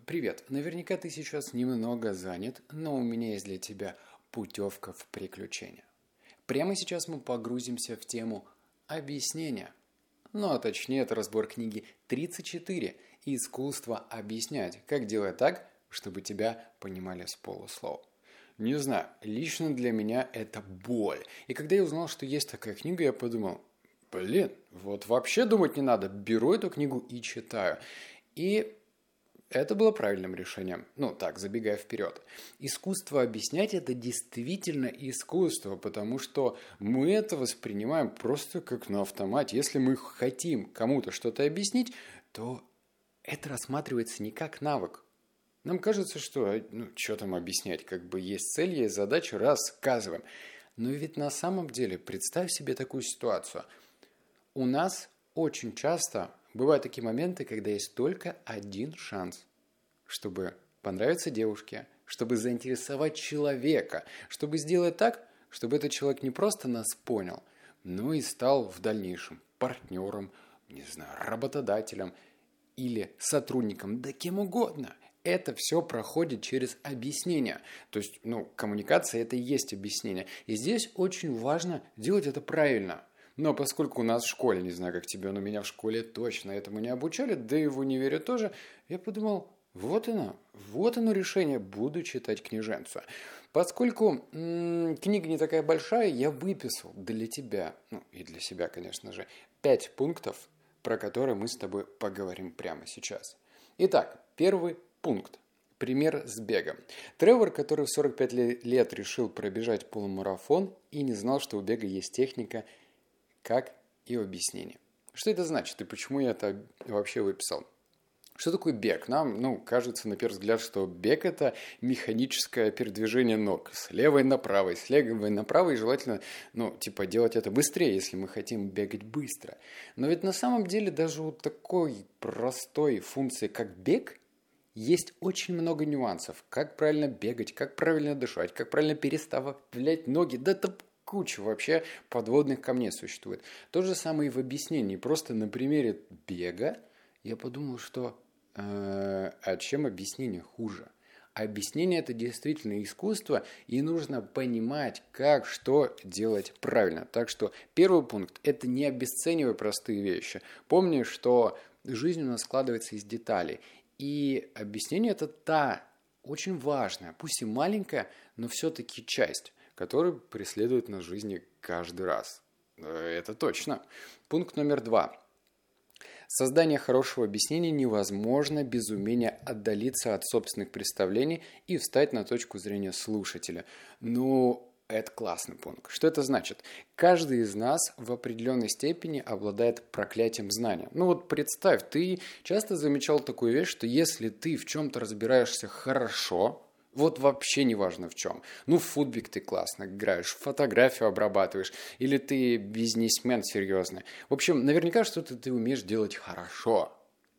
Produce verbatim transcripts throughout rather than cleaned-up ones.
Привет. Наверняка ты сейчас немного занят, но у меня есть для тебя путевка в приключения. Прямо сейчас мы погрузимся в тему объяснения. Ну, а точнее, это разбор книги тридцать четыре «Искусство объяснять. Как делать так, чтобы тебя понимали с полуслова». Не знаю, лично для меня это боль. И когда я узнал, что есть такая книга, я подумал, блин, вот вообще думать не надо. Беру эту книгу и читаю. И это было правильным решением. Ну, так, забегая вперед. Искусство объяснять – это действительно искусство, потому что мы это воспринимаем просто как на автомате. Если мы хотим кому-то что-то объяснить, то это рассматривается не как навык. Нам кажется, что, ну, что там объяснять, как бы есть цель, есть задача, рассказываем. Но ведь на самом деле, представь себе такую ситуацию. У нас очень часто бывают такие моменты, когда есть только один шанс, чтобы понравиться девушке, чтобы заинтересовать человека, чтобы сделать так, чтобы этот человек не просто нас понял, но и стал в дальнейшем партнером, не знаю, работодателем или сотрудником, да кем угодно. Это все проходит через объяснение. То есть, ну, коммуникация – это и есть объяснение. И здесь очень важно делать это правильно. Но поскольку у нас в школе, не знаю, как тебе, но меня в школе точно этому не обучали, да и в универе тоже, я подумал, вот оно, вот оно решение, буду читать книженцу. Поскольку м- книга не такая большая, я выписал для тебя, ну и для себя, конечно же, пять пунктов, про которые мы с тобой поговорим прямо сейчас. Итак, первый пункт. Пример с бегом. Тревор, который в сорок пять лет решил пробежать полумарафон и не знал, что у бега есть техника, как и объяснение. Что это значит и почему я это вообще выписал? Что такое бег? Нам, ну, кажется на первый взгляд, что бег – это механическое передвижение ног с левой на правой, с левой на правой, и желательно, ну, типа, делать это быстрее, если мы хотим бегать быстро. Но ведь на самом деле даже у такой простой функции, как бег, есть очень много нюансов. Как правильно бегать, как правильно дышать, как правильно переставлять ноги. Да это куча вообще подводных камней существует. То же самое и в объяснении. Просто на примере бега я подумал, что э, а чем объяснение хуже? Объяснение – это действительно искусство, и нужно понимать, как, что делать правильно. Так что первый пункт – это не обесценивай простые вещи. Помни, что жизнь у нас складывается из деталей. И объяснение – это та очень важная, пусть и маленькая, но все-таки часть, которая преследует нас в жизни каждый раз. Это точно. Пункт номер два. Создание хорошего объяснения невозможно без умения отдалиться от собственных представлений и встать на точку зрения слушателя. Ну, это классный пункт. Что это значит? Каждый из нас в определенной степени обладает проклятием знания. Ну вот представь, ты часто замечал такую вещь, что если ты в чем-то разбираешься хорошо, вот вообще не важно в чем. Ну, в футбик ты классно играешь, фотографию обрабатываешь, или ты бизнесмен серьезный. В общем, наверняка что-то ты умеешь делать хорошо.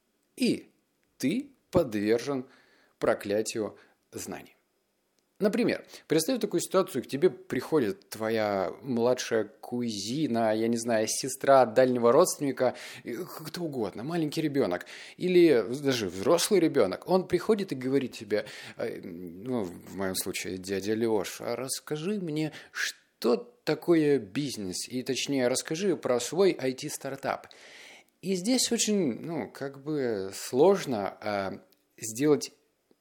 И ты подвержен проклятию знаний. Например, представь такую ситуацию, к тебе приходит твоя младшая кузина, я не знаю, сестра дальнего родственника, кто угодно, маленький ребенок или даже взрослый ребенок. Он приходит и говорит тебе, ну, в моем случае, дядя Леша, расскажи мне, что такое бизнес, и точнее, расскажи про свой ай ти-стартап. И здесь очень, ну, как бы сложно а, сделать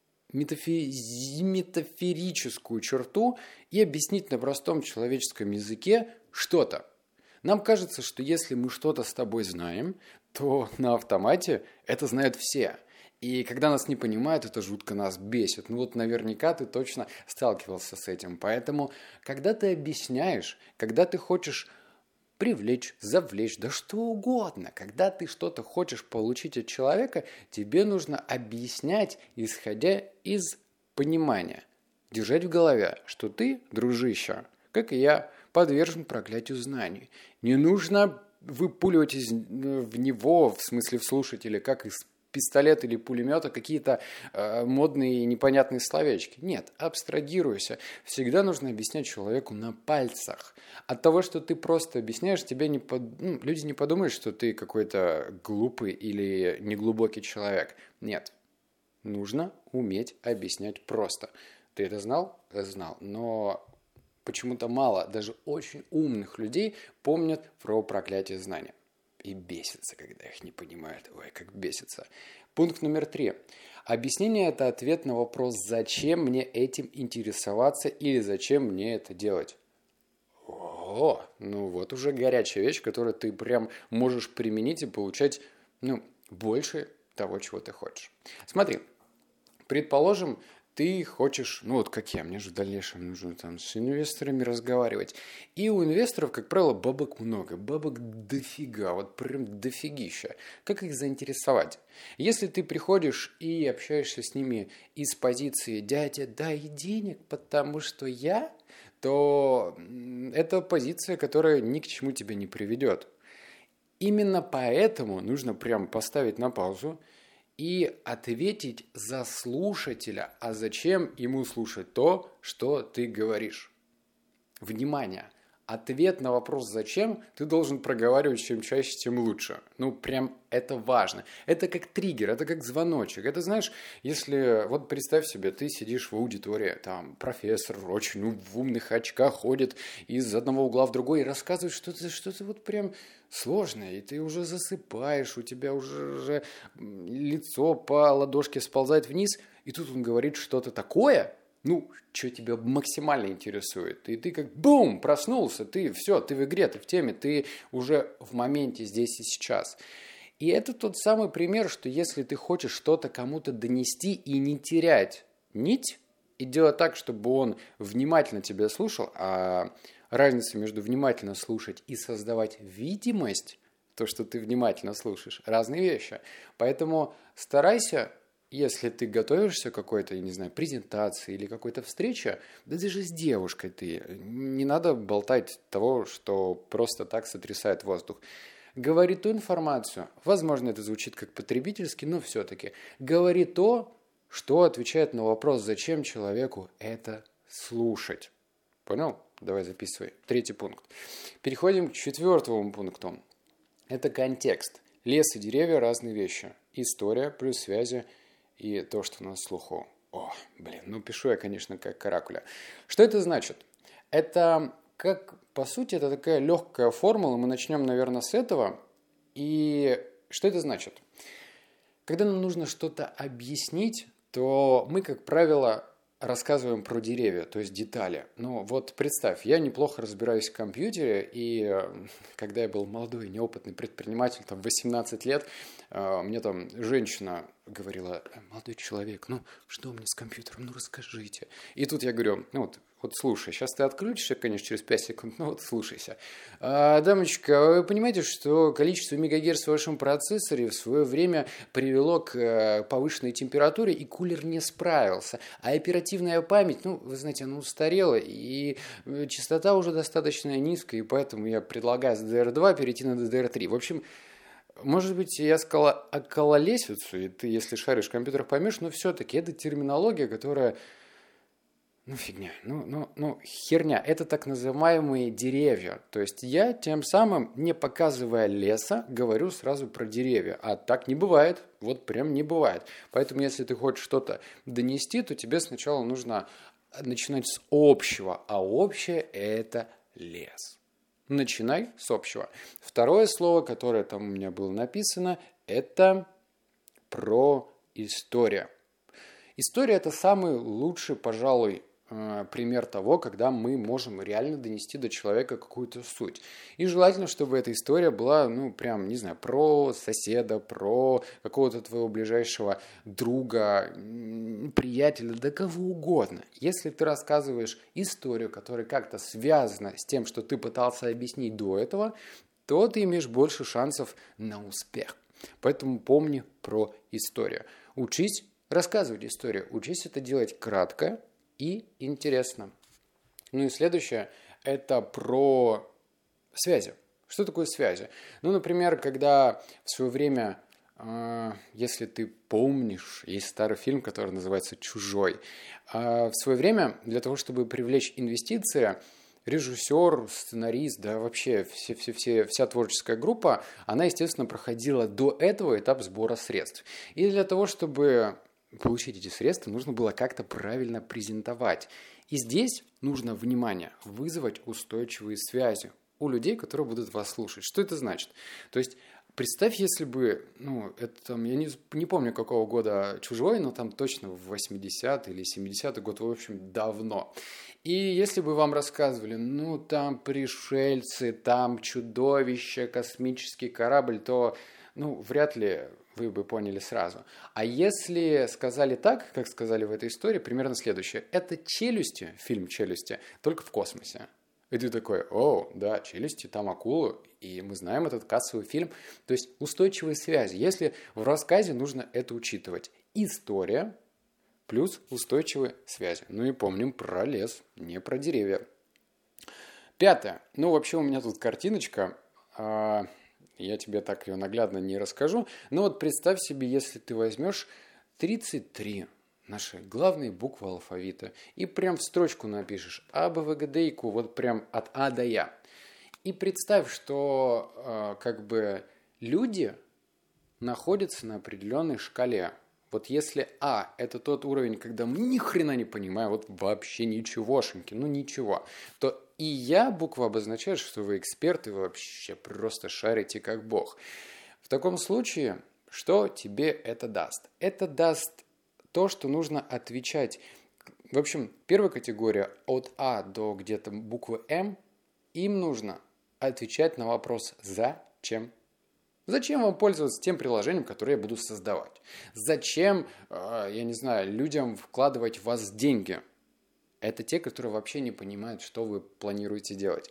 метафорическую черту и объяснить на простом человеческом языке что-то. Нам кажется, что если мы что-то с тобой знаем, то на автомате это знают все. И когда нас не понимают, это жутко нас бесит. Ну вот наверняка ты точно сталкивался с этим. Поэтому, когда ты объясняешь, когда ты хочешь привлечь, завлечь, да что угодно. Когда ты что-то хочешь получить от человека, тебе нужно объяснять, исходя из понимания. Держать в голове, что ты, дружище, как и я, подвержен проклятию знаний. Не нужно выпуливать из, в него, в смысле в слушателя, как из пистолета или пулемета, какие-то э, модные непонятные словечки. Нет, абстрагируйся. Всегда нужно объяснять человеку на пальцах. От того, что ты просто объясняешь, тебя не под... ну, люди не подумают, что ты какой-то глупый или неглубокий человек. Нет. Нужно уметь объяснять просто. Ты это знал? Знал. Но почему-то мало, даже очень умных людей помнят про проклятие знания. И бесится, когда их не понимают. Ой, как бесится. Пункт номер три. Объяснение – это ответ на вопрос, зачем мне этим интересоваться или зачем мне это делать. О, ну вот уже горячая вещь, которую ты прям можешь применить и получать, ну, больше того, чего ты хочешь. Смотри, предположим, ты хочешь, ну вот как я, мне же в дальнейшем нужно там с инвесторами разговаривать. И у инвесторов, как правило, бабок много, бабок дофига, вот прям дофигища. Как их заинтересовать? Если ты приходишь и общаешься с ними из позиции «дядя, дай денег, потому что я…», то это позиция, которая ни к чему тебя не приведет. Именно поэтому нужно прям поставить на паузу и ответить за слушателя, а зачем ему слушать то, что ты говоришь. Внимание! Ответ на вопрос «зачем» ты должен проговаривать чем чаще, тем лучше. Ну, прям это важно. Это как триггер, это как звоночек. Это, знаешь, если, вот представь себе, ты сидишь в аудитории, там профессор очень ну, в умных очках ходит из одного угла в другой и рассказывает что-то, что-то вот прям сложное, и ты уже засыпаешь, у тебя уже, уже лицо по ладошке сползает вниз, и тут он говорит что-то такое, ну, что тебя максимально интересует. И ты как бум, проснулся, ты все, ты в игре, ты в теме, ты уже в моменте здесь и сейчас. И это тот самый пример, что если ты хочешь что-то кому-то донести и не терять нить, и делать так, чтобы он внимательно тебя слушал, а разница между внимательно слушать и создавать видимость, то, что ты внимательно слушаешь, разные вещи. Поэтому старайся, если ты готовишься к какой-то, я не знаю, презентации или какой-то встрече, да даже с девушкой ты, не надо болтать того, что просто так сотрясает воздух. Говори ту информацию, возможно, это звучит как потребительски, но все-таки, говори то, что отвечает на вопрос, зачем человеку это слушать. Понял? Давай записывай. Третий пункт. Переходим к четвертому пункту. Это контекст. Лес и деревья – разные вещи. История плюс связи и то, что на слуху. О, блин, ну пишу я, конечно, как каракуля. Что это значит? Это, как, по сути, это такая легкая формула. Мы начнем, наверное, с этого. И что это значит? Когда нам нужно что-то объяснить, то мы, как правило, рассказываем про деревья, то есть детали. Ну вот представь, я неплохо разбираюсь в компьютере, и когда я был молодой, неопытный предприниматель, там восемнадцать лет, мне там женщина говорила: молодой человек, ну что мне с компьютером, ну расскажите. И тут я говорю, ну вот, вот слушай, сейчас ты отключишься, конечно, через пять секунд, но вот слушайся. А, дамочка, вы понимаете, что количество мегагерц в вашем процессоре в свое время привело к повышенной температуре, и кулер не справился. А оперативная память, ну, вы знаете, она устарела, и частота уже достаточно низкая, и поэтому я предлагаю с ди ди ар два перейти на ди ди ар три. В общем, может быть, я сказала окололесицу, и ты, если шаришь в компьютерах, поймешь, но все-таки это терминология, которая... Ну, фигня, ну, ну, ну, херня. Это так называемые деревья. То есть я тем самым, не показывая леса, говорю сразу про деревья. А так не бывает. Вот прям не бывает. Поэтому, если ты хочешь что-то донести, то тебе сначала нужно начинать с общего. А общее – это лес. Начинай с общего. Второе слово, которое там у меня было написано, это про история. История – это самый лучший, пожалуй, пример того, когда мы можем реально донести до человека какую-то суть. И желательно, чтобы эта история была, ну, прям, не знаю, про соседа, про какого-то твоего ближайшего друга, приятеля, да кого угодно. Если ты рассказываешь историю, которая как-то связана с тем, что ты пытался объяснить до этого, то ты имеешь больше шансов на успех. Поэтому помни про историю. Учись рассказывать историю. Учись это делать кратко и интересно. Ну и следующее – это про связи. Что такое связи? Ну, например, когда в свое время, э, если ты помнишь, есть старый фильм, который называется «Чужой». Э, в свое время для того, чтобы привлечь инвестиции, режиссер, сценарист, да вообще все, все, все, вся творческая группа, она, естественно, проходила до этого этап сбора средств. И для того, чтобы получить эти средства, нужно было как-то правильно презентовать. И здесь нужно, внимание, вызвать устойчивые связи у людей, которые будут вас слушать. Что это значит? То есть представь, если бы, ну, это там, я не, не помню, какого года «Чужой», но там точно в восьмидесятый или семидесятый год, в общем, давно. И если бы вам рассказывали, ну, там пришельцы, там чудовище, космический корабль, то, ну, вряд ли вы бы поняли сразу. А если сказали так, как сказали в этой истории, примерно следующее. Это «Челюсти», фильм «Челюсти», только в космосе. И ты такой: о, да, «Челюсти», там акулы, и мы знаем этот кассовый фильм. То есть устойчивые связи. Если в рассказе нужно это учитывать. История плюс устойчивые связи. Ну и помним про лес, не про деревья. Пятое. Ну, вообще у меня тут картиночка. Я тебе так ее наглядно не расскажу. Но вот представь себе, если ты возьмешь тридцать три наши главные буквы алфавита и прям в строчку напишешь А, Б, В, Г, Д, И, Q, вот прям от А до Я. И представь, что э, как бы люди находятся на определенной шкале. Вот если А – это тот уровень, когда мы ни хрена не понимаем, вот вообще ничегошеньки, ну ничего, то И Я буква обозначает, что вы эксперты, вы вообще просто шарите как бог. В таком случае, что тебе это даст? Это даст то, что нужно отвечать. В общем, первая категория от А до где-то буквы М, им нужно отвечать на вопрос «Зачем?». Зачем вам пользоваться тем приложением, которое я буду создавать? Зачем, я не знаю, людям вкладывать в вас деньги? Это те, которые вообще не понимают, что вы планируете делать.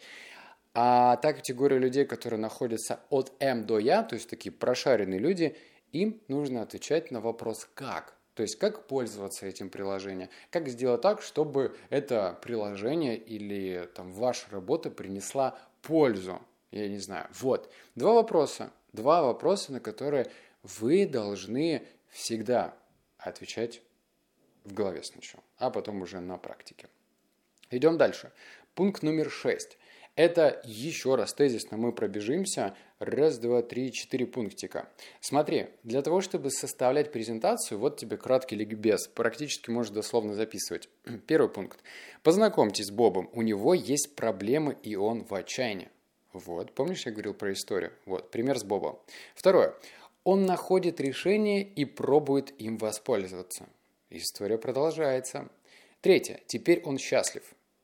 А та категория людей, которые находятся от М до Я, то есть такие прошаренные люди, им нужно отвечать на вопрос «как?». То есть как пользоваться этим приложением, как сделать так, чтобы это приложение или там ваша работа принесла пользу. Я не знаю. Вот. Два вопроса. Два вопроса, на которые вы должны всегда отвечать в голове сначала, а потом уже на практике. Идем дальше. Пункт номер шесть. Это еще раз тезисно мы пробежимся. Раз, два, три, четыре пунктика. Смотри, для того, чтобы составлять презентацию, вот тебе краткий ликбез. Практически можешь дословно записывать. Первый пункт. Познакомьтесь с Бобом. У него есть проблемы, и он в отчаянии. Вот, помнишь, я говорил про историю? Вот, пример с Бобом. Второе. Он находит решение и пробует им воспользоваться. История продолжается. Третье. Теперь он счастлив.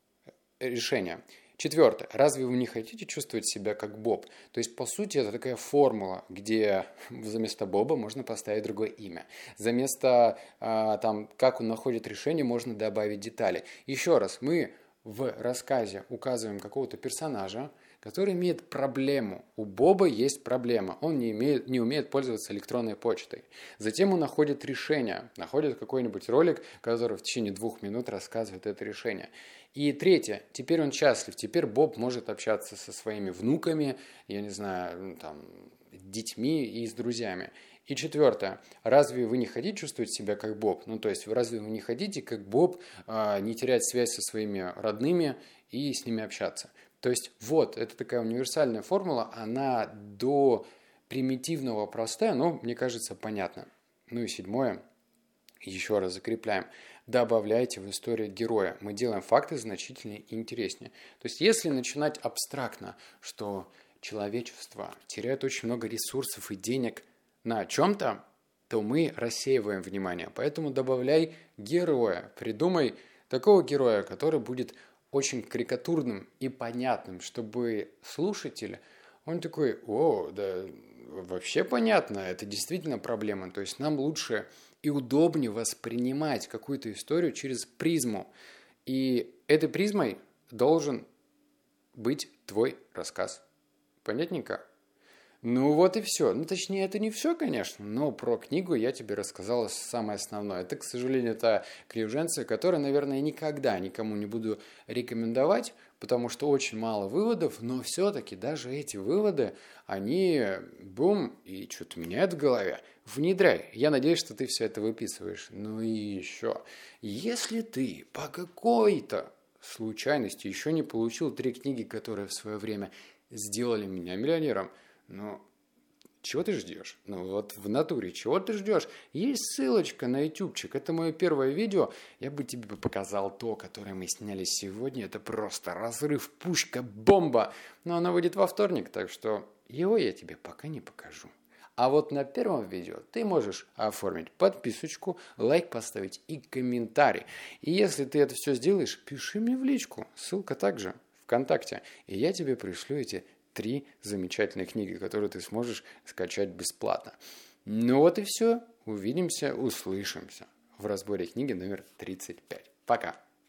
Решение. Четвертое. Разве вы не хотите чувствовать себя как Боб? То есть, по сути, это такая формула, где вместо Боба можно поставить другое имя. Заместо, а, там, как он находит решение, можно добавить детали. Еще раз, мы в рассказе указываем какого-то персонажа, который имеет проблему. У Боба есть проблема. Он не, имеет, не умеет пользоваться электронной почтой. Затем он находит решение. Находит какой-нибудь ролик, который в течение двух минут рассказывает это решение. И третье. Теперь он счастлив. Теперь Боб может общаться со своими внуками, я не знаю, там, детьми и с друзьями. И четвертое. Разве вы не хотите чувствовать себя как Боб? Ну, то есть, разве вы не хотите, как Боб, не терять связь со своими родными и с ними общаться? То есть, вот, это такая универсальная формула, она до примитивного простая, но, мне кажется, понятна. Ну и седьмое, еще раз закрепляем. Добавляйте в историю героя. Мы делаем факты значительнее и интереснее. То есть, если начинать абстрактно, что человечество теряет очень много ресурсов и денег на чем-то, то мы рассеиваем внимание. Поэтому добавляй героя. Придумай такого героя, который будет очень карикатурным и понятным, чтобы слушатель, он такой: о, да вообще понятно, это действительно проблема. То есть нам лучше и удобнее воспринимать какую-то историю через призму. И этой призмой должен быть твой рассказ. Понятненько? Ну вот и все. Ну точнее, это не все, конечно, но про книгу я тебе рассказала самое основное. Это, к сожалению, та книженция, которую, наверное, никогда никому не буду рекомендовать, потому что очень мало выводов, но все-таки даже эти выводы, они бум, и что-то меняют в голове. Внедряй. Я надеюсь, что ты все это выписываешь. Ну и еще. Если ты по какой-то случайности еще не получил три книги, которые в свое время сделали меня миллионером, ну, Чего ты ждешь? Ну вот в натуре, чего ты ждешь? Есть ссылочка на ютубчик. Это мое первое видео. Я бы тебе показал то, которое мы сняли сегодня. Это просто разрыв, пушка, бомба. Но оно выйдет во вторник, так что его я тебе пока не покажу. А вот на первом видео ты можешь оформить подписочку, лайк поставить и комментарий. И если ты это все сделаешь, пиши мне в личку. Ссылка также ВКонтакте. И я тебе пришлю эти три замечательные книги, которые ты сможешь скачать бесплатно. Ну вот и все. Увидимся, услышимся в разборе книги номер тридцать пять. Пока.